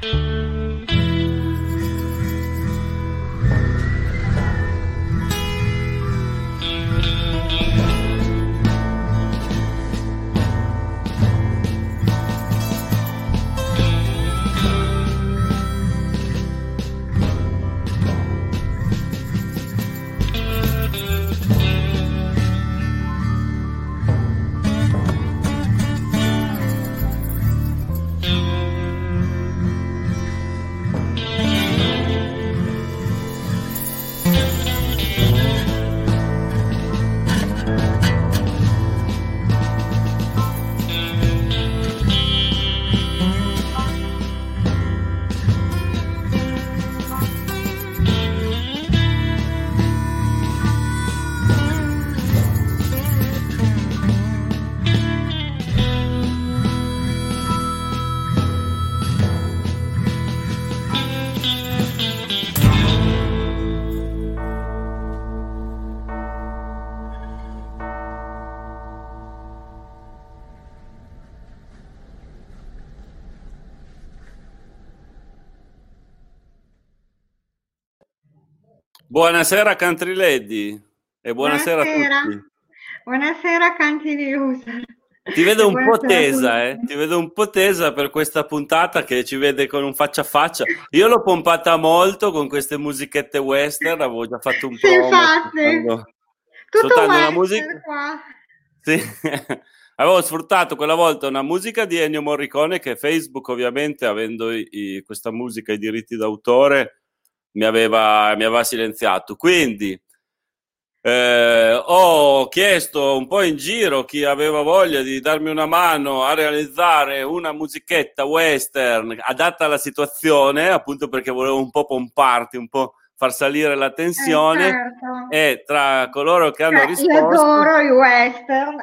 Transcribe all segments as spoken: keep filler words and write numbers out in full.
Buonasera Country Lady e buonasera, buonasera. a tutti. Buonasera Country User. Ti vedo un po' tesa, eh? Ti vedo un po' tesa per questa puntata che ci vede con un faccia a faccia. Io l'ho pompata molto con queste musichette western, avevo già fatto un sì, promo. Infatti. Tutto una musica. Qua. Sì. Avevo sfruttato quella volta una musica di Ennio Morricone che Facebook, ovviamente, avendo i, i, questa musica i diritti d'autore, mi aveva, mi aveva silenziato. Quindi eh, ho chiesto un po' in giro chi aveva voglia di darmi una mano a realizzare una musichetta western adatta alla situazione, appunto perché volevo un po' pomparti, un po' far salire la tensione. Eh, certo. E tra coloro che hanno cioè, risposto, io adoro i western.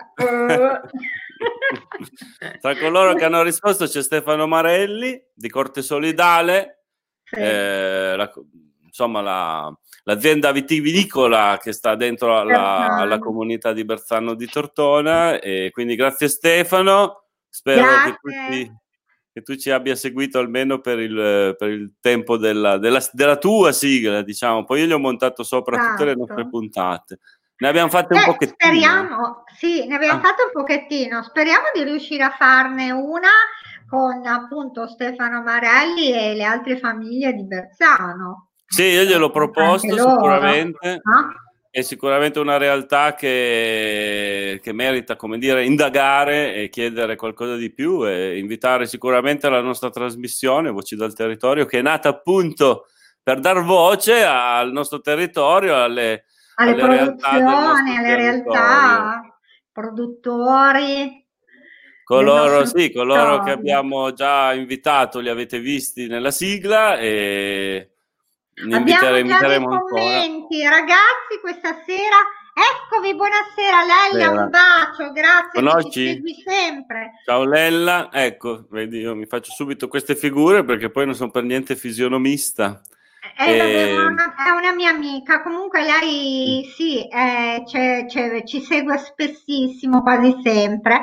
Tra coloro che hanno risposto c'è Stefano Marelli di Corte Solidale, sì. eh, la, insomma la, l'azienda vitivinicola che sta dentro alla, alla comunità di Berzano di Tortona, e quindi grazie Stefano, spero che tu, ci, che tu ci abbia seguito almeno per il, per il tempo della, della, della tua sigla, diciamo. Poi io gli ho montato sopra esatto. tutte le nostre puntate. Ne abbiamo fatte eh, un pochettino. Speriamo, sì, ne abbiamo ah. fatto un pochettino. Speriamo di riuscire a farne una con appunto Stefano Marelli e le altre famiglie di Berzano. Sì, io gliel'ho proposto sicuramente. Ah? È sicuramente una realtà che, che merita, come dire, indagare e chiedere qualcosa di più e invitare sicuramente alla nostra trasmissione Voci dal Territorio, che è nata appunto per dar voce al nostro territorio, alle alle, alle produzioni, alle realtà, produttori. Coloro, sì, coloro che abbiamo già invitato li avete visti nella sigla e ne abbiamo già dei commenti. Ragazzi, questa sera, eccovi, buonasera Lella, Vera. Un bacio, grazie, Conosci? Che ci segui sempre. Ciao Lella, ecco, vedi, io mi faccio subito queste figure perché poi non sono per niente fisionomista. Eh, e... una, è una mia amica, comunque lei sì, eh, c'è, c'è, ci segue spessissimo, quasi sempre,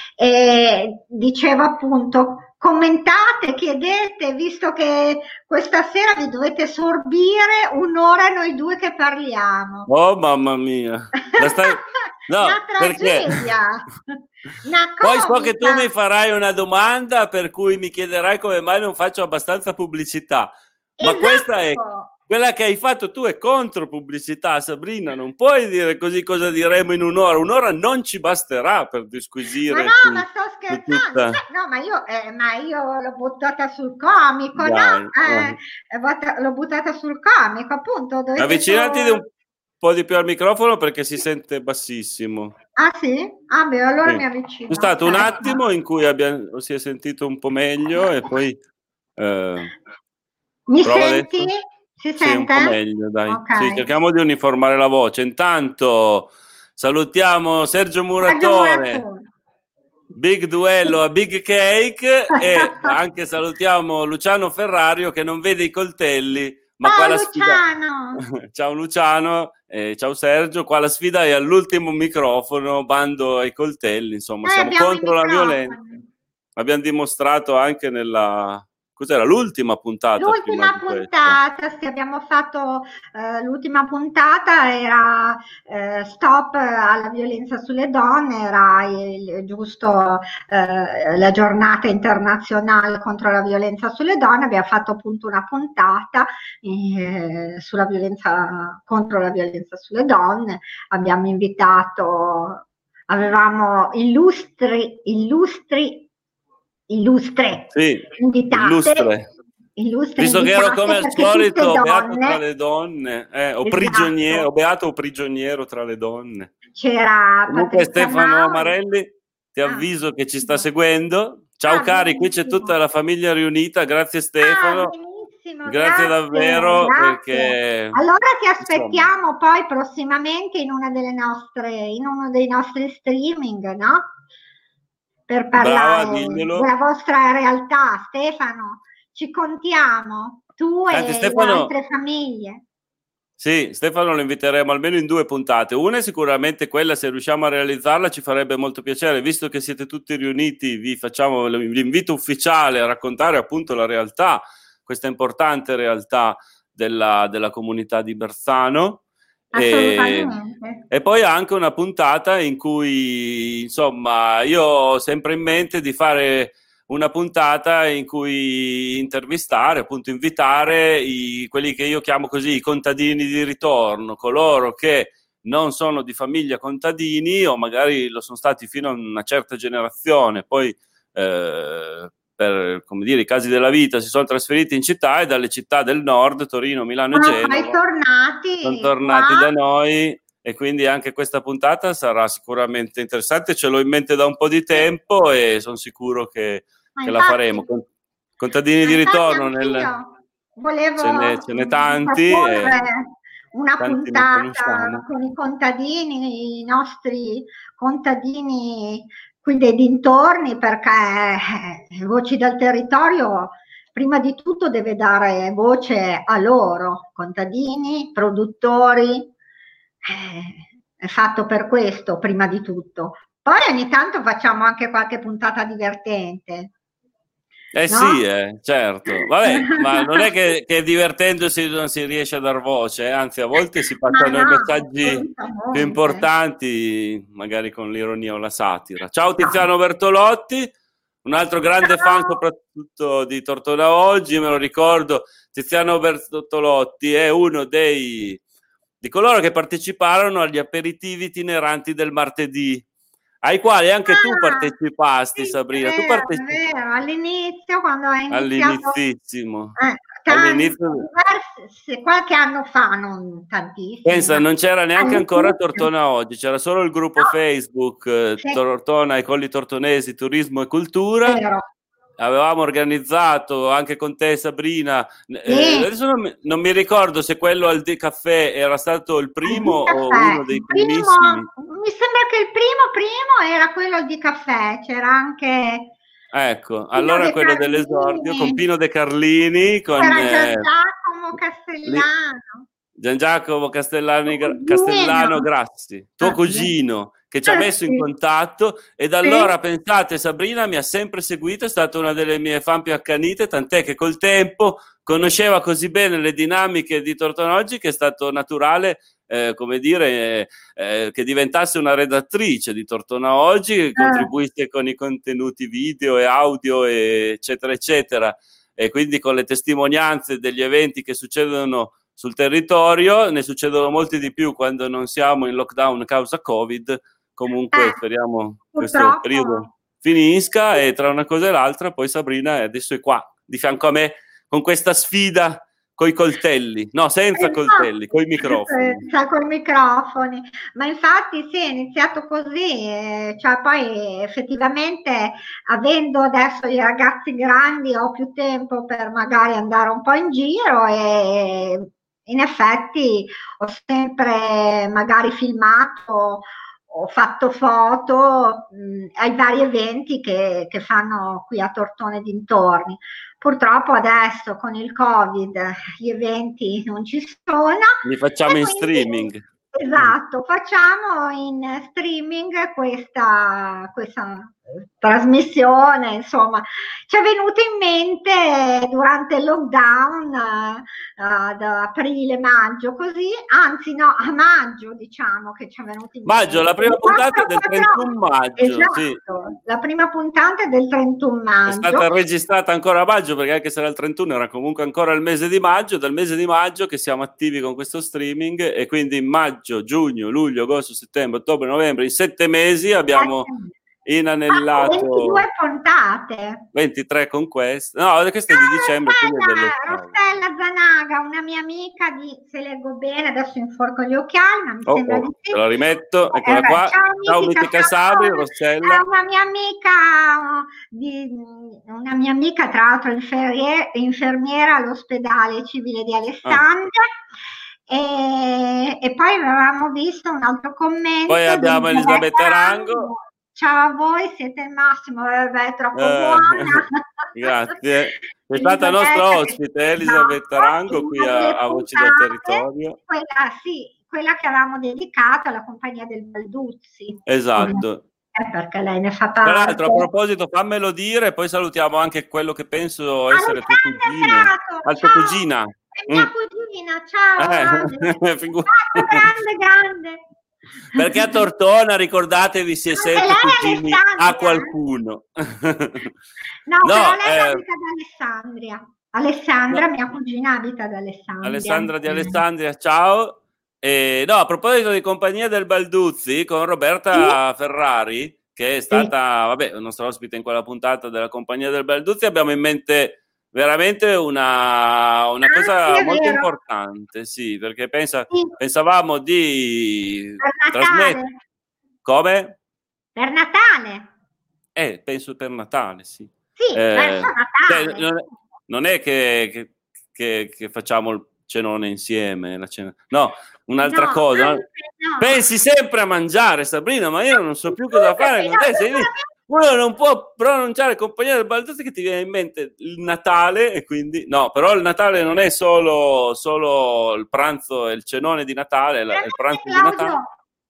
e diceva appunto commentate, chiedete, visto che questa sera vi dovete sorbire un'ora noi due che parliamo. Oh mamma mia, la stai... no, una tragedia. Una Poi so che tu mi farai una domanda per cui mi chiederai come mai non faccio abbastanza pubblicità. Ma esatto. Questa è quella che hai fatto tu, è contro pubblicità, Sabrina. Non puoi dire così cosa diremo in un'ora. Un'ora non ci basterà per disquisire. Ma no, tu, ma sto scherzando. No, ma io, eh, ma io l'ho buttata sul comico, dai, no? Eh, eh, l'ho buttata sul comico, appunto. Avvicinati so... un po' di più al microfono perché si sente bassissimo. Ah sì? Ah beh, allora sì. mi avvicino. C'è stato un attimo in cui abbiamo, si è sentito un po' meglio e poi... Eh, Mi senti? Adesso? Si sì, sente? Un po' meglio, dai. Okay. Sì, cerchiamo di uniformare la voce. Intanto salutiamo Sergio Muratore, Sergio Muratore. Big Duello a Big Cake e anche salutiamo Luciano Ferrario che non vede i coltelli. Ma ciao qua la Luciano! Sfida... ciao Luciano, eh, ciao Sergio. Qua la sfida è all'ultimo microfono, bando ai coltelli. Insomma, eh, siamo contro la violenza. Abbiamo dimostrato anche nella... cos'era l'ultima puntata? L'ultima puntata, sì, abbiamo fatto eh, l'ultima puntata era eh, stop alla violenza sulle donne, era il, il giusto eh, la giornata internazionale contro la violenza sulle donne, abbiamo fatto appunto una puntata eh, sulla violenza contro la violenza sulle donne, abbiamo invitato, avevamo illustri, illustri, illustre sì, invitate. illustre. Illustre Visto che ero come al solito beato donne, tra le donne, eh, o esatto. prigioniero, beato o prigioniero tra le donne. C'era Comunque Patrizia Stefano Mauri. Amarelli, ti Ah, avviso che ci sta seguendo. Ciao ah, cari, qui c'è benissimo. tutta la famiglia riunita, grazie Stefano. Ah, benissimo, grazie, grazie davvero, grazie. Perché allora ti aspettiamo insomma, poi prossimamente in una delle nostre, in uno dei nostri streaming, no? Per brava, parlare diglielo. della vostra realtà, Stefano. Ci contiamo, tu Senti, e Stefano, le altre famiglie. Sì, Stefano lo inviteremo almeno in due puntate. Una è sicuramente quella, se riusciamo a realizzarla ci farebbe molto piacere, visto che siete tutti riuniti, vi facciamo l'invito ufficiale a raccontare appunto la realtà, questa importante realtà della, della comunità di Bersano. Assolutamente. E, e poi anche una puntata in cui, insomma, io ho sempre in mente di fare una puntata in cui intervistare, appunto invitare i, quelli che io chiamo così i contadini di ritorno, coloro che non sono di famiglia contadini o magari lo sono stati fino a una certa generazione, poi eh, per, come dire, i casi della vita si sono trasferiti in città e dalle città del nord, Torino, Milano e Sono Genova, poi tornati, sono tornati da noi. E quindi anche questa puntata sarà sicuramente interessante, ce l'ho in mente da un po' di tempo e sono sicuro che, ma che la infatti, faremo. Contadini ma di infatti ritorno, nel... volevo ce, n'è, ce n'è mh, tanti proporre e una tanti ne puntata conosciamo. con i contadini, i nostri contadini qui dei dintorni, perché eh, Voci del Territorio prima di tutto deve dare voce a loro, contadini, produttori, eh, è fatto per questo prima di tutto. Poi ogni tanto facciamo anche qualche puntata divertente. Eh No? sì, eh, certo. Vabbè, ma non è che, che divertendosi non si riesce a dar voce, eh? Anzi a volte si Ma passano no, i messaggi più assolutamente. importanti, magari con l'ironia o la satira. Ciao No. Tiziano Bertolotti, un altro grande Ciao. fan soprattutto di Tortona Oggi, me lo ricordo. Tiziano Bertolotti è uno dei, di coloro che parteciparono agli aperitivi itineranti del martedì, ai quali anche tu Ah, partecipasti, sì, è Sabrina. Tu vero, è partecipi vero. All'inizio, quando ha iniziato, all'inizissimo. eh, tanti, All'inizio, diversi, qualche anno fa, non tantissimi, pensa, ma non c'era neanche ancora all'inizio, Tortona Oggi, c'era solo il gruppo no, Facebook eh, sì, Tortona e Colli Tortonesi, Turismo e Cultura. vero. Avevamo organizzato anche con te, Sabrina. Eh, Sì, adesso non mi, non mi ricordo se quello al De Caffè era stato il al primo di o caffè. uno dei Il primo, primissimi. mi sembra che il primo primo era quello di caffè, c'era anche Ecco, Pino allora De quello dell'esordio con Carlini, Pino De Carlini, con c'era Gian eh, Giacomo lì, Castellano, Gian Giacomo tuo Castellani, cugino. Castellano Grassi, tuo Ah, beh. cugino, che ci ha Eh messo in sì, contatto e da sì. allora, pensate, Sabrina mi ha sempre seguito, è stata una delle mie fan più accanite, tant'è che col tempo conosceva così bene le dinamiche di Tortona Oggi che è stato naturale, eh, come dire, eh, che diventasse una redattrice di Tortona Oggi, che Eh, contribuisse con i contenuti video e audio, e eccetera, eccetera. E quindi con le testimonianze degli eventi che succedono sul territorio, ne succedono molti di più quando non siamo in lockdown causa Covid. Comunque eh, speriamo questo purtroppo. periodo finisca e tra una cosa e l'altra poi Sabrina adesso è qua di fianco a me con questa sfida coi coltelli, no, senza coltelli, coi microfoni. Cioè, con i microfoni, ma infatti sì, è iniziato così, eh, cioè poi effettivamente avendo adesso i ragazzi grandi ho più tempo per magari andare un po' in giro e in effetti ho sempre magari filmato, ho fatto foto mh, ai vari eventi che, che fanno qui a Tortone dintorni. Purtroppo adesso con il Covid gli eventi non ci sono Li e facciamo in quindi streaming. esatto, facciamo in streaming questa, questa, trasmissione, insomma, ci è venuto in mente durante il lockdown, eh, ad aprile-maggio, così, anzi no, a maggio diciamo che ci è venuto in mente. Maggio, la prima puntata è del trentuno maggio, esatto, sì. La prima puntata è del trentuno maggio. È stata registrata ancora a maggio, perché anche se era il trentuno era comunque ancora il mese di maggio, dal mese di maggio che siamo attivi con questo streaming, e quindi in maggio, giugno, luglio, agosto, settembre, ottobre, novembre, in sette mesi abbiamo inanellato ventidue puntate, ventitré con queste. No, questa è di dicembre, quindi è Rossella Zanaga, una mia amica di, se leggo bene, adesso inforco gli occhiali, ma mi oh, sembra oh, di sì. te la rimetto, eccola eh, qua. Ciao, ciao Mitica, Mitica Sabri, Rossella. È una mia amica, di, una mia amica tra l'altro infermiera, infermiera all'ospedale civile di Alessandria. Ah. E, e poi avevamo visto un altro commento. Poi abbiamo Elisabetta Rango. Ciao a voi, siete il massimo, vabbè, troppo eh, buona. Grazie. È stata nostra ospite, Elisabetta Rango, qui a, a Voci del Territorio. Quella, sì, quella che avevamo dedicato alla compagnia del Balduzzi. Esatto. Eh, perché lei ne fa parte. Tra l'altro, a proposito, fammelo dire, poi salutiamo anche quello che penso essere tua cugina. La tua cugina. È mia mm. cugina, ciao. Eh, grande. grande, grande. Perché a Tortona, ricordatevi, si è sempre cugini a qualcuno. No, no però lei eh, abita ad Alessandria. Alessandra, no. mia cugina, abita ad Alessandria. Alessandra di Alessandria, ciao. E, no, a proposito di compagnia del Balduzzi, con Roberta sì. Ferrari, che è stata, sì. vabbè, nostra ospite in quella puntata della compagnia del Balduzzi, abbiamo in mente veramente una, una ah, cosa sì, molto vero. importante, sì, perché pensa, sì. pensavamo di trasmettere. Come? Per Natale. Eh, penso per Natale, sì. Sì, eh, verso Natale. Cioè, non, non è che, che, che, che facciamo il cenone insieme, la cena. No, un'altra no, cosa. No. Pensi sempre a mangiare, Sabrina, ma io non so più cosa fare con te. Sei lì. Uno non può pronunciare compagnia del Balduzzi che ti viene in mente il Natale, e quindi no, però il Natale non è solo, solo il pranzo e il cenone di Natale, è il pranzo di Natale.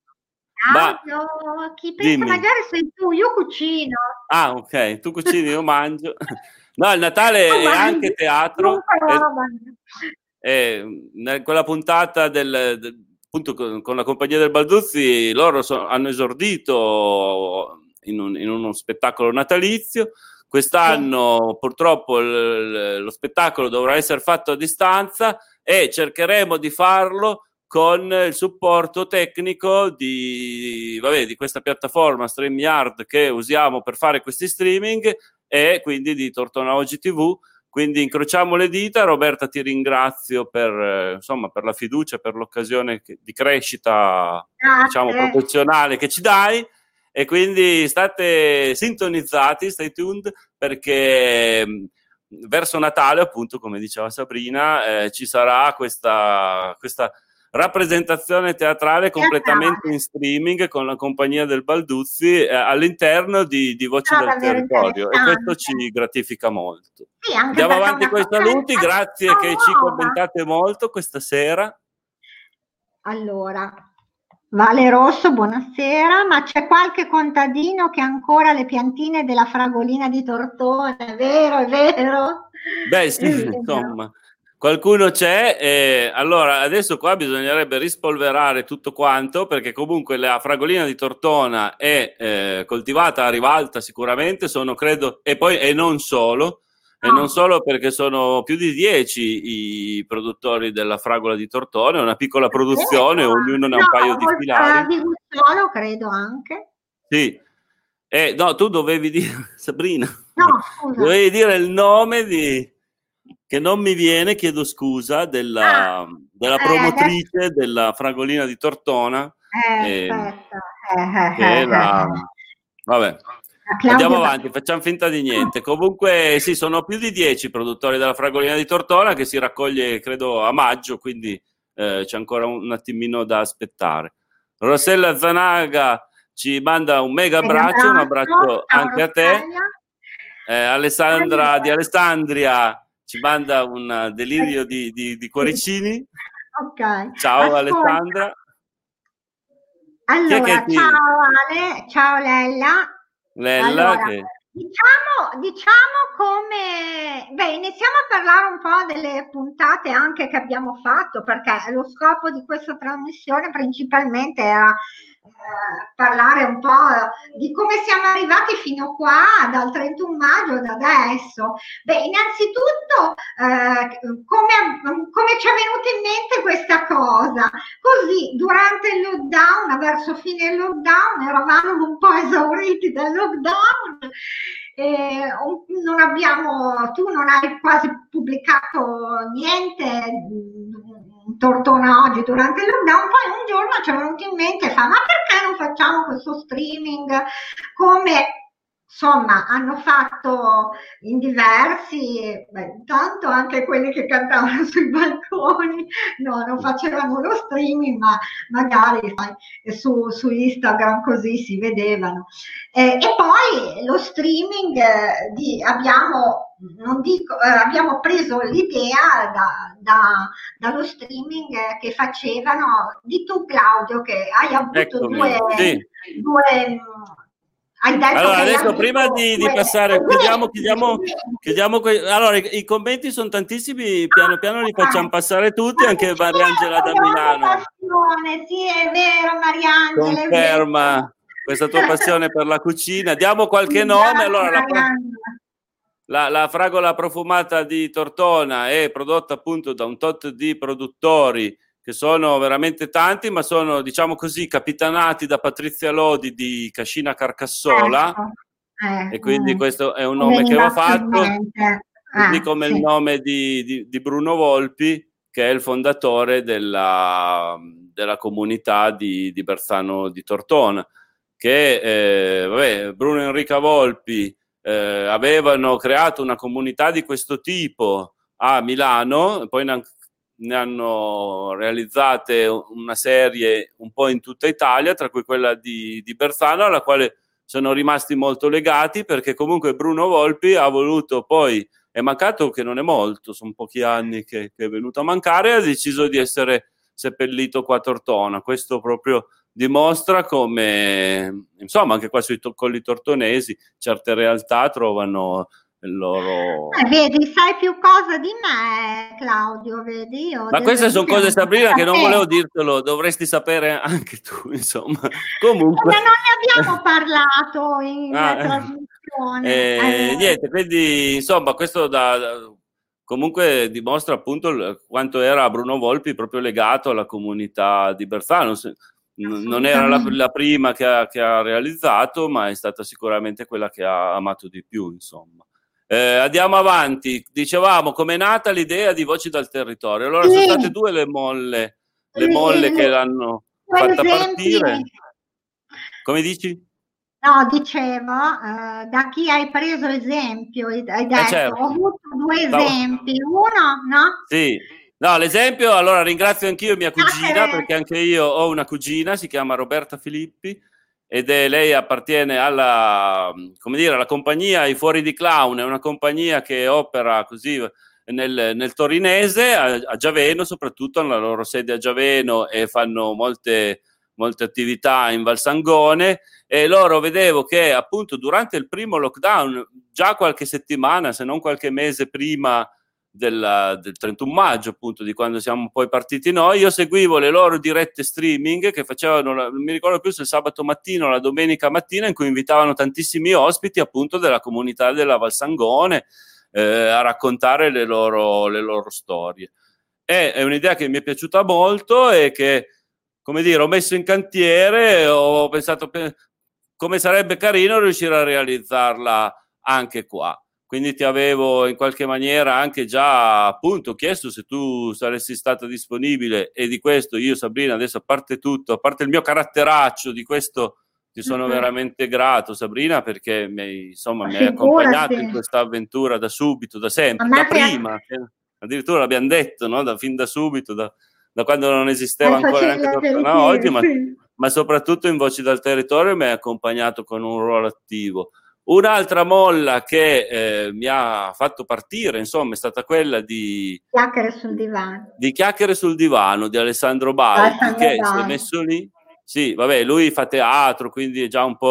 Ma chi pensa dimmi. a mangiare sei tu, io cucino. Ah, ok, tu cucini, io mangio. No, il Natale oh, è anche teatro. E, e, quella puntata del, del appunto con, con la compagnia del Balduzzi, loro so, hanno esordito in, un, in uno spettacolo natalizio. Quest'anno sì. purtroppo l, lo spettacolo dovrà essere fatto a distanza e cercheremo di farlo con il supporto tecnico di, vabbè, di questa piattaforma StreamYard che usiamo per fare questi streaming, e quindi di Tortona Oggi tivù. Quindi incrociamo le dita. Roberta, ti ringrazio per, eh, insomma, per la fiducia, per l'occasione che, di crescita diciamo, professionale che ci dai, e quindi state sintonizzati, stay tuned, perché mh, verso Natale, appunto, come diceva Sabrina, eh, ci sarà questa, questa rappresentazione teatrale completamente in streaming con la compagnia del Balduzzi eh, all'interno di, di Voci no, del Territorio, e questo ci gratifica molto. Sì, andiamo avanti con i saluti, grazie che ci commentate molto questa sera. Allora, Vale Rosso, buonasera, ma c'è qualche contadino che ha ancora le piantine della fragolina di Tortona, è vero, è vero? Beh sì, è insomma. Qualcuno c'è, eh, allora adesso qua bisognerebbe rispolverare tutto quanto, perché comunque la fragolina di Tortona è eh, coltivata a rivalta sicuramente, sono credo, e poi e non solo, no. e non solo perché sono più di dieci i produttori della fragola di Tortona, è una piccola produzione, credo, ognuno ne ha no, un paio di filari. Di Guzzolo credo anche. Sì, eh, no, tu dovevi dire, Sabrina, no, scusa. dovevi dire il nome di... che non mi viene, chiedo scusa, della, ah, della promotrice eh, della fragolina di Tortona. Eh, eh, eh, che è la... Vabbè, andiamo avanti, facciamo finta di niente. Comunque sì, sono più di dieci produttori della fragolina di Tortona, che si raccoglie credo a maggio, quindi eh, c'è ancora un attimino da aspettare. Rossella Zanaga ci manda un mega abbraccio, un abbraccio anche a te. Eh, Alessandra di Alessandria ci manda un delirio di, di, di cuoricini. Ok. Ciao Ascolta. Alessandra. Allora, ti... ciao Ale, ciao Lella. Lella, allora, che... diciamo, diciamo come... Beh, iniziamo a parlare un po' delle puntate anche che abbiamo fatto, perché lo scopo di questa trasmissione principalmente era eh, parlare un po' di come siamo arrivati fino qua, dal trentuno maggio ad adesso. Beh, innanzitutto, eh, come, come ci è venuta in mente questa cosa? Così, durante il lockdown, verso fine lockdown, eravamo un po' esauriti dal lockdown. E non abbiamo, tu non hai quasi pubblicato niente in Tortona oggi durante il lockdown, poi un giorno ci è venuto in mente, fa, ma perché non facciamo questo streaming come insomma hanno fatto in diversi, beh, intanto anche quelli che cantavano sui balconi, no, non facevano lo streaming, ma magari sai, su, su Instagram così si vedevano. Eh, e poi lo streaming eh, di, abbiamo, non dico, eh, abbiamo preso l'idea da, da, dallo streaming eh, che facevano di tu Claudio, che hai avuto Eccomi, due, sì. due hai detto allora che adesso hai prima di, di passare chiudiamo, chiudiamo, chiudiamo que- allora i, i commenti sono tantissimi, piano piano li facciamo passare tutti, anche Mariangela da Milano sì è vero Mariangela, conferma questa tua passione per la cucina. Diamo qualche nome. Allora la, la, la fragola profumata di Tortona è prodotta appunto da un tot di produttori che sono veramente tanti, ma sono, diciamo così, capitanati da Patrizia Lodi di Cascina Carcassola, ecco, eh, e quindi mm, questo è un nome che va fatto, così eh, come sì. il nome di, di, di Bruno Volpi, che è il fondatore della, della comunità di, di Bersano di Tortona, che eh, vabbè, Bruno e Enrica Volpi eh, avevano creato una comunità di questo tipo a Milano, poi ne, ne hanno realizzate una serie un po' in tutta Italia, tra cui quella di, di Bersano, alla quale sono rimasti molto legati, perché comunque Bruno Volpi ha voluto poi, è mancato che non è molto, sono pochi anni che, che è venuto a mancare, e ha deciso di essere seppellito qua a Tortona. Questo proprio dimostra come, insomma, anche qua sui colli tortonesi certe realtà trovano il loro... Eh, vedi, sai più cosa di me, Claudio, vedi? Io Ma queste sono cose, Sabrina, che non eh. volevo dirtelo, dovresti sapere anche tu, insomma. Comunque... Ma non ne abbiamo parlato in ah, trasmissione. eh, Eh. niente, quindi, insomma, questo da, da, comunque dimostra appunto il, quanto era Bruno Volpi proprio legato alla comunità di Bersano. Non era la, la prima che ha, che ha realizzato, ma è stata sicuramente quella che ha amato di più, insomma. Eh, andiamo avanti. Dicevamo com'è nata l'idea di Voci dal Territorio. Allora sì. Sono state due le molle, le molle che l'hanno fatta partire. Come dici? No, dicevo, eh, da chi hai preso esempio? Hai detto, eh certo. Ho avuto due esempi. Uno, no? Sì. No, l'esempio, allora ringrazio anch'io mia cugina, perché anche io ho una cugina, si chiama Roberta Filippi, ed è, lei appartiene alla, come dire, alla compagnia I Fuori di Clown, è una compagnia che opera così nel, nel torinese, a, a Giaveno soprattutto, hanno la loro sede a Giaveno e fanno molte, molte attività in Valsangone, e loro vedevo che appunto durante il primo lockdown, già qualche settimana, se non qualche mese prima del, del trentuno maggio, appunto, di quando siamo poi partiti noi, io seguivo le loro dirette streaming che facevano, non mi ricordo più se il sabato mattino o la domenica mattina, in cui invitavano tantissimi ospiti appunto della comunità della Valsangone eh, a raccontare le loro, le loro storie. E è un'idea che mi è piaciuta molto e che, come dire, ho messo in cantiere, ho pensato pe- come sarebbe carino riuscire a realizzarla anche qua. Quindi ti avevo in qualche maniera anche già appunto chiesto se tu saresti stata disponibile, e di questo io, Sabrina, adesso a parte tutto, a parte il mio caratteraccio, di questo ti sono uh-huh. veramente grato, Sabrina, perché mi hai, insomma, mi hai accompagnato in questa avventura da subito, da sempre, da prima, è... addirittura l'abbiamo detto, no? Da fin da subito, da, da quando non esisteva eh, ancora neanche Tortona oggi, ma, sì. ma soprattutto in Voci dal Territorio mi hai accompagnato con un ruolo attivo. Un'altra molla che eh, mi ha fatto partire, insomma, è stata quella di Chiacchiere sul divano. Di Chiacchiere sul divano di Alessandro Baldi, Alessandro che Baldi. Si è messo lì. Sì, vabbè, lui fa teatro, quindi è già un po',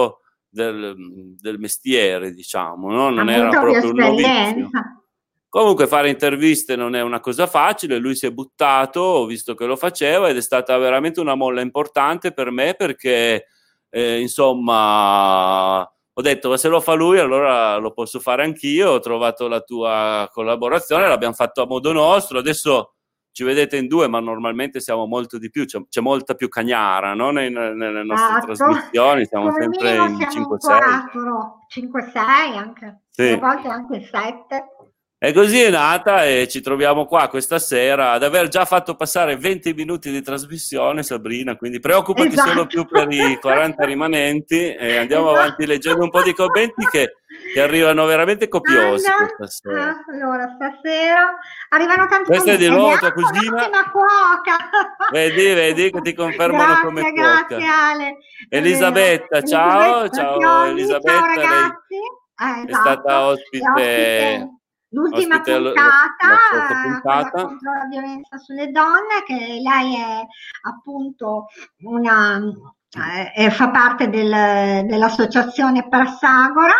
del, del mestiere, diciamo, no? Non Ha era avuto più proprio un novizio. esperienza. Comunque fare interviste non è una cosa facile, lui si è buttato, ho visto che lo faceva ed è stata veramente una molla importante per me perché, eh, insomma, ho detto, ma se lo fa lui allora lo posso fare anch'io, ho trovato la tua collaborazione, l'abbiamo fatto a modo nostro, adesso ci vedete in due, ma normalmente siamo molto di più, c'è, c'è molta più cagnara, no? Nei- nelle nostre Esatto. trasmissioni, siamo Come sempre minimo in siamo cinque in sei. quattro, cinque sei anche, delle Sì. volte anche sette. E così è nata e ci troviamo qua questa sera ad aver già fatto passare venti minuti di trasmissione, Sabrina, quindi preoccupati Esatto. solo più per i quaranta rimanenti e andiamo Esatto. avanti leggendo un po' di commenti che, che arrivano veramente copiosi questa sera. Ah, allora, stasera arrivano tanti Questa è commenti. di Ed è nuovo anche tua cugina? un'ottima cuoca. Vedi, vedi che ti confermano Grazie, come grazie cuoca. Ale. È Elisabetta, vero. ciao, Elisabetta ciao Pioli, ciao Elisabetta, lei ragazzi. Eh, è esatto, stata è ospite. ospite, L'ultima ospite lo- lo- puntata, la scorsa eh, quella puntata. contro la violenza sulle donne, che lei è appunto una, eh, eh, fa parte del- dell'associazione Prassagora.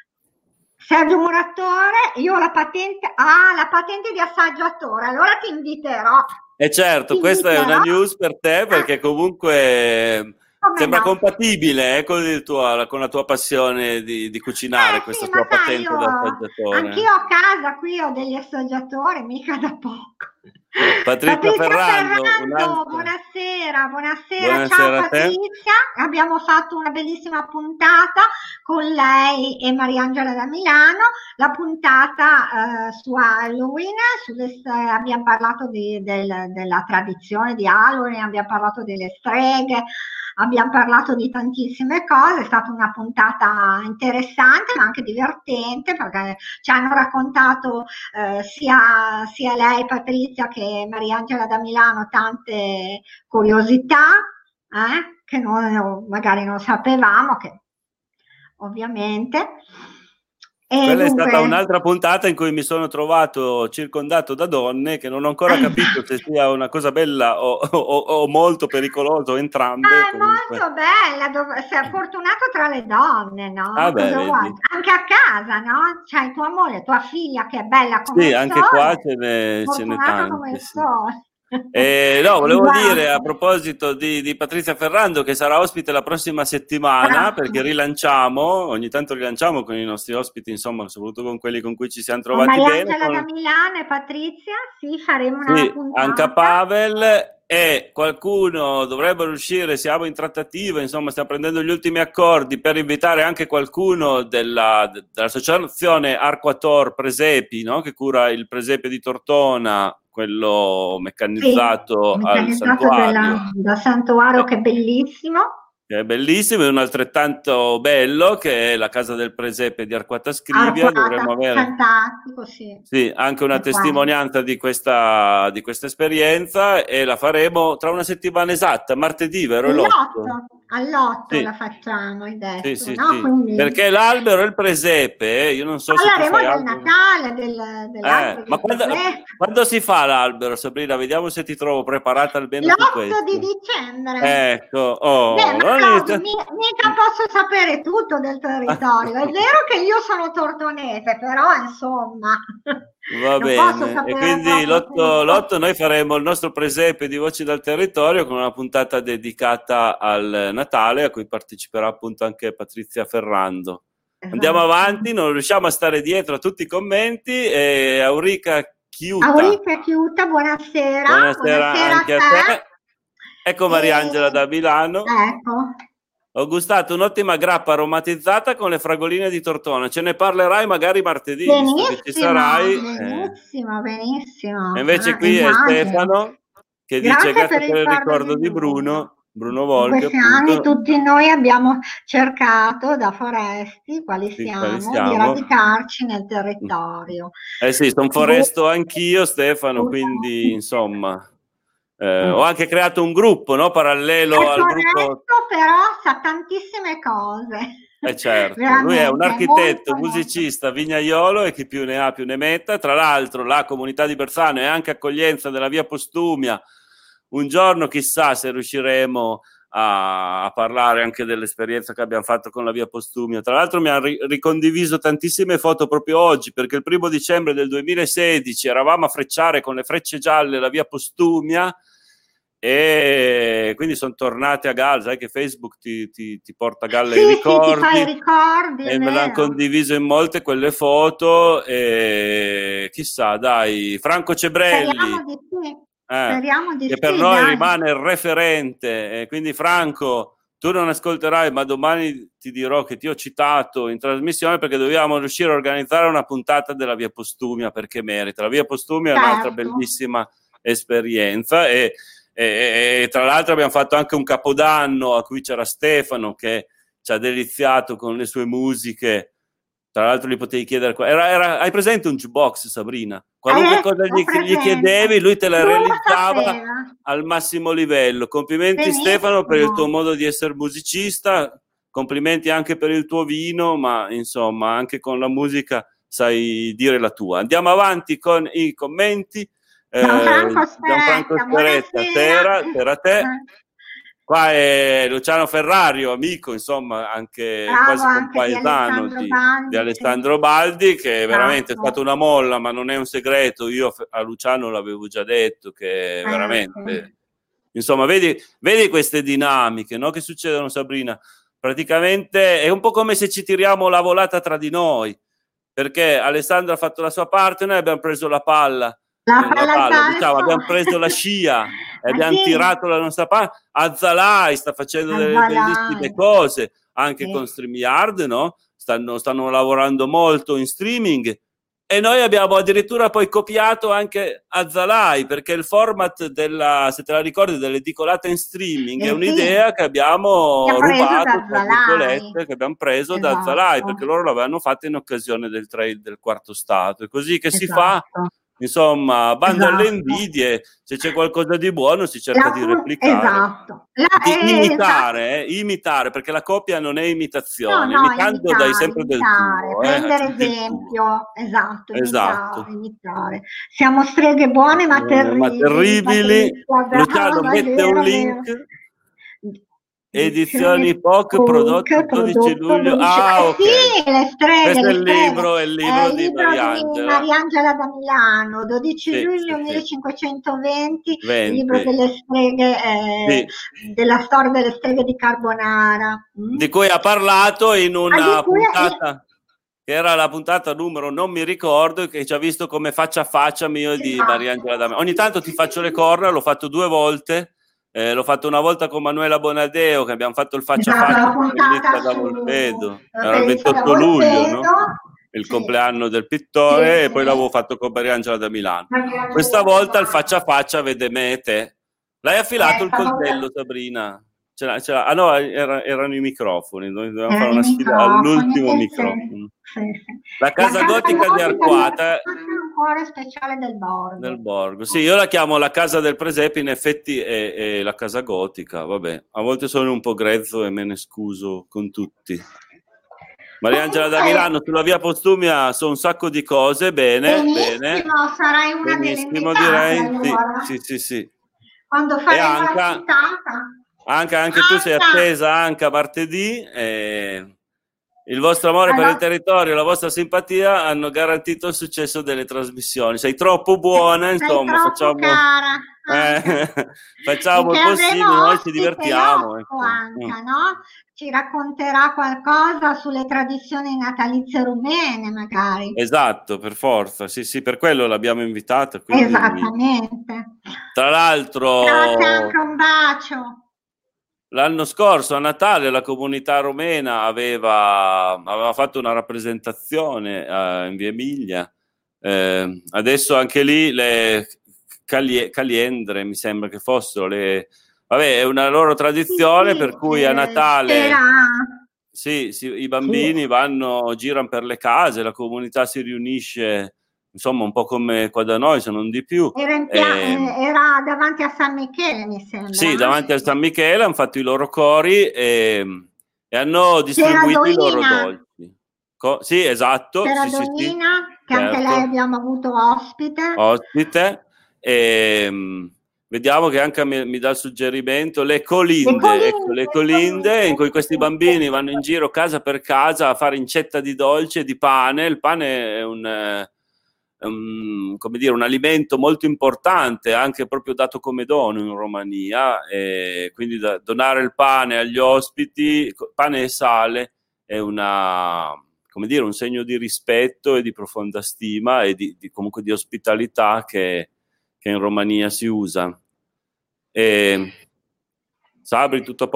Sergio Muratore, io ho la patente, ah, la patente di assaggiatore, allora ti inviterò. E certo, Ti questa è una inviterò. news per te perché Eh, comunque come sembra no? compatibile eh, con, il tuo- con la tua passione di, di cucinare, Eh questa sì, ma tua sai, patente io da assaggiatore. anch'io a casa qui ho degli assaggiatori, mica da poco. Patrizia Patrizia Ferrando, Ferrando, un'altra. buonasera, buonasera, ciao Buonasera a te. Patrizia. Abbiamo fatto una bellissima puntata con lei e Mariangela da Milano, la puntata eh, su Halloween, sulle- abbiamo parlato di- del- della tradizione di Halloween, abbiamo parlato delle streghe, abbiamo parlato di tantissime cose, è stata una puntata interessante ma anche divertente perché ci hanno raccontato eh, sia, sia lei Patrizia che Mariangela da Milano tante curiosità eh, che noi magari non sapevamo, che ovviamente. E Quella è dunque, stata un'altra puntata in cui mi sono trovato circondato da donne che non ho ancora capito se sia una cosa bella o, o- o molto pericoloso, entrambe ah, è comunque. molto bella, dov- sei fortunato tra le donne, Ah no? beh, Cosa vuoi? vedi. Anche a casa, no? C'hai tua moglie, tua figlia che è bella come Sì, il anche qua sole, ce n'è, ce n'è fortunata come tanti, il sì. sole. Eh, no, volevo dire a Esatto. proposito di, di Patrizia Ferrando che sarà ospite la prossima settimana perché Grazie. rilanciamo, ogni tanto rilanciamo con i nostri ospiti, insomma, soprattutto con quelli con cui ci siamo Con trovati bene. Mariangela da Con, Milano e Patrizia, sì, faremo una sì, anche puntata. Pavel e qualcuno dovrebbero uscire, siamo in trattativa, insomma, stiamo prendendo gli ultimi accordi per invitare anche qualcuno della, dell'associazione Arquator Presepi, no? Che cura il presepe di Tortona, quello Sì, meccanizzato al meccanizzato santuario. della, da Santuario, Eh, che è bellissimo. che è bellissimo, e un altrettanto bello che è la casa del presepe di Arquata Scrivia. Dovremmo Arquata, avere fantastico, sì. sì, anche una È quello. testimonianza di questa, di questa esperienza e la faremo tra una settimana esatta, martedì, vero? È l'otto? All'otto, all'otto Sì, la facciamo, hai sì, detto, sì, no? sì. Quindi Perché l'albero e il presepe, eh, io non so se tu parleremo fai del albero. Natale, del, Eh, dell'albero ma del quando, presepe. quando si fa l'albero, Sabrina? Vediamo se ti trovo preparata almeno su L'otto di questo. dicembre. Ecco, Beh, oh, ma non Claudio, inizia- mi- mica posso sapere tutto del territorio. È vero che io sono tortonese, però insomma, Va non posso bene, e sapere quindi proprio l'otto, tutto. l'otto noi faremo il nostro presepe di Voci dal Territorio con una puntata dedicata al Natale a cui parteciperà appunto anche Patrizia Ferrando. Andiamo Esatto. avanti, non riusciamo a stare dietro a tutti i commenti e Aurica Chiuta, Aurica Chiuta, buonasera, buonasera buonasera a anche a te. te. Ecco Mariangela E, da Milano. ecco, Ho gustato un'ottima grappa aromatizzata con le fragoline di Tortona. Ce ne parlerai magari martedì, visto che ci benissimo, sarai. eh. benissimo, benissimo. E invece Ah, qui è immagino. Stefano che dice Grazie grazie per per il il ricordo ricordo di di Bruno. Bruno, Bruno In Volpi questi anni appunto, tutti noi abbiamo cercato, da foresti, quali di quali siamo, di siamo. radicarci nel territorio. Eh sì, sono Bu- foresto anch'io Stefano, quindi assolutamente. insomma eh, ho Mm. anche creato un gruppo, no, parallelo È al gruppo. corretto, però sa tantissime cose. Eh certo, lui è un Veramente, architetto, molto, molto. musicista, vignaiolo e chi più ne ha più ne metta. Tra l'altro la comunità di Bersano è anche accoglienza della via Postumia. Un giorno chissà se riusciremo a, a parlare anche dell'esperienza che abbiamo fatto con la Via Postumia. Tra l'altro mi ha ri- ricondiviso tantissime foto proprio oggi, perché il primo dicembre del duemilasedici eravamo a frecciare con le frecce gialle la Via Postumia, e quindi sono tornate a galla. Sai che Facebook ti, ti, ti porta a galla Sì, i sì, ti ricordi, fa i ricordi, è e me l'hanno vero. condiviso in molte quelle foto, e chissà, dai, Franco Cebrelli, Speriamo di sì, eh, speriamo di che per sì, noi dai. rimane il referente, e quindi Franco, tu non ascolterai, ma domani ti dirò che ti ho citato in trasmissione perché dobbiamo riuscire a organizzare una puntata della Via Postumia, perché merita. La Via Postumia è un'altra Certo. bellissima esperienza, e, e, e tra l'altro abbiamo fatto anche un capodanno a cui c'era Stefano che ci ha deliziato con le sue musiche. Tra l'altro gli potevi chiedere, era, era, hai presente un jukebox, Sabrina? Qualunque Eh, cosa ho gli, gli chiedevi, presente. lui te la Lui lo realizzava sapeva. al massimo livello. Complimenti Stefano per il tuo Benissimo. modo di essere musicista, complimenti anche per il tuo vino, ma insomma anche con la musica sai dire la tua. Andiamo avanti con i commenti. Gianfranco Eh, Gianfranco Speretta, Speretta, buonasera. Tera, per a te. Qua è Luciano Ferrario, amico, insomma, anche Bravo, quasi anche di compaesano Alessandro di, di Baldi, sì. Alessandro Baldi, che veramente è Esatto. stata una molla, ma non è un segreto. Io a Luciano l'avevo già detto, che Eh, veramente... sì. Insomma, vedi, vedi queste dinamiche, no? Che succedono, Sabrina? Praticamente è un po' come se ci tiriamo la volata tra di noi, perché Alessandro ha fatto la sua parte, noi abbiamo preso la palla, La eh, la palla al palla, diciamo, balzo. abbiamo preso la scia e Ah, abbiamo sì? tirato la nostra palla. Azzalai sta facendo delle bellissime Azzalai. cose, anche Sì. con StreamYard, no? Stanno, stanno lavorando molto in streaming. E noi abbiamo addirittura poi copiato anche Azzalai, perché il format della, se te la ricordi, dell'edicolata in streaming è Eh, sì. un'idea che abbiamo Che ha preso da rubato, tra Azzalai. virgolette, che abbiamo preso da Esatto. Azzalai, perché loro l'avevano fatto in occasione del trade del quarto stato. È così che si fa, Esatto. insomma, bando alle Esatto. invidie, se c'è qualcosa di buono si cerca La di pu- replicare. esatto. La, Di eh, imitare, eh, imitare, perché la copia non è No, imitazione. no, Imitando dai imitare, sempre del imitare, tuo, eh, prendere aggiungi il tuo. esempio, esatto, imitare, Esatto. imitare. Siamo streghe buone ma Eh, ma terribili, terribili. Patrizia, Luciano brava, è mette un vero, è vero. link. Edizioni Edizioni P O C prodotto Punk, il dodici prodotto luglio. dodici. Ah, Eh ok. sì, le streghe, Questo è le il streghe. libro, è il È libro il di libro di Mariangela. Mariangela da Milano, dodici Sì, sì, luglio sì. millecinquecentoventi, il libro venti. delle streghe, eh, Sì. della storia delle streghe di Carbonara. Mm? Di cui ha parlato in Ah, di una cui è- puntata che era la puntata numero non mi ricordo, che ci ha visto come faccia a faccia mio e di Esatto. Mariangela D'Amelio. Ogni tanto ti faccio le corna, l'ho fatto due volte, eh, l'ho fatto una volta con Manuela Bonadeo, che abbiamo fatto il faccia a Esatto, faccia la per Elisa puntata da su Volpedo, per era il Elisa da ventotto luglio, no? Volpedo. Il Sì. compleanno del pittore, Sì, e poi sì. l'avevo fatto con Mariangela da Milano. Mariangela Questa da volta il Milano. faccia a faccia vede me e te. L'hai affilato Eh, il stavolta- coltello, Sabrina? Ce l'ha- ce l'ha- Ah no, era- erano i microfoni, noi dovevamo fare Erano i una sfida microfoni, all'ultimo eh, microfono. sì, sì, sì. La casa gotica di Arquata è un cuore speciale del borgo. nel borgo. Sì, io la chiamo la casa del presepe, in effetti è, è la casa gotica, vabbè. A volte sono un po' grezzo e me ne scuso con tutti. Mariangela da Milano, sulla Via Postumia sono un sacco di cose, bene, Benissimo, bene. sarai una delle Benissimo, invitate direi. allora. Sì, sì, sì, sì. Quando E faremo la Anca, puntata. anche, anche tu sei Anca! attesa, anche martedì. E il vostro amore per Allora- il territorio e la vostra simpatia hanno garantito il successo delle trasmissioni. Sei troppo buona, Sei insomma, troppo facciamo, cara, eh, facciamo che il avremo possibile, noi ci ospite divertiamo. Rocco Ecco. Anca, Mm. no? Ci racconterà qualcosa sulle tradizioni natalizie rumene, magari. Esatto, per forza, sì, sì, per quello l'abbiamo invitata. Quindi, Esattamente. tra Grazie, anche l'altro, un bacio. l'anno scorso a Natale la comunità romena aveva, aveva fatto una rappresentazione eh, in Via Emilia. Eh, adesso anche lì le calie, caliendre mi sembra che fossero le, vabbè, è una loro tradizione, Sì, per sì, cui a eh, Natale c'era... sì, sì, i Sì. bambini vanno, girano per le case, la comunità si riunisce, insomma, un po' come qua da noi, se non di più. Era, in pia- E, eh, era davanti a San Michele, mi sembra. sì, no? davanti al San Michele hanno fatto i loro cori e, e hanno C'era distribuito i loro Doina, dolci. Co- sì, esatto, c'era sì, sì, sì, Donina, che anche lei certo, abbiamo avuto ospite. ospite. E, vediamo che anche mi, mi dà il suggerimento, le colinde, le colinde, ecco, le colinde in cui questi bambini vanno in giro casa per casa a fare incetta di dolce e di pane. Il pane è un, è un, come dire, un alimento molto importante, anche proprio dato come dono in Romania, e quindi da, donare il pane agli ospiti, pane e sale, è una, come dire, un segno di rispetto e di profonda stima e di, di comunque di ospitalità che che in Romania si usa. E Sabri, tutto a posto?